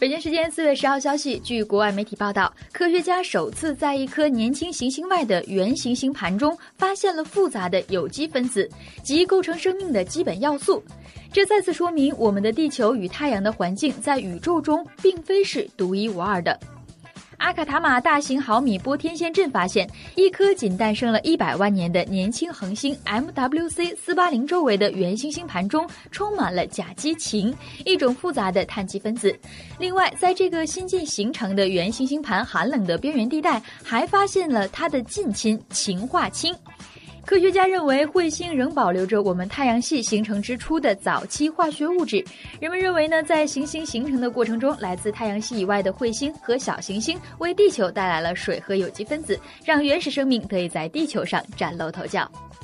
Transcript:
北京时间4月10号消息，据国外媒体报道，科学家首次在一颗年轻行星外的原行星盘中发现了复杂的有机分子，即构成生命的基本要素。这再次说明我们的地球与太阳的环境在宇宙中并非是独一无二的。阿卡塔马大型毫米波天线阵发现，一颗仅诞生了100万年的年轻恒星 MWC480 周围的原行星盘中充满了甲基氰，一种复杂的碳基分子。另外，在这个新近形成的原行星盘寒冷的边缘地带，还发现了它的近亲氰化氢。科学家认为彗星仍保留着我们太阳系形成之初的早期化学物质。人们认为呢，在行星形成的过程中，来自太阳系以外的彗星和小行星为地球带来了水和有机分子，让原始生命得以在地球上崭露头角。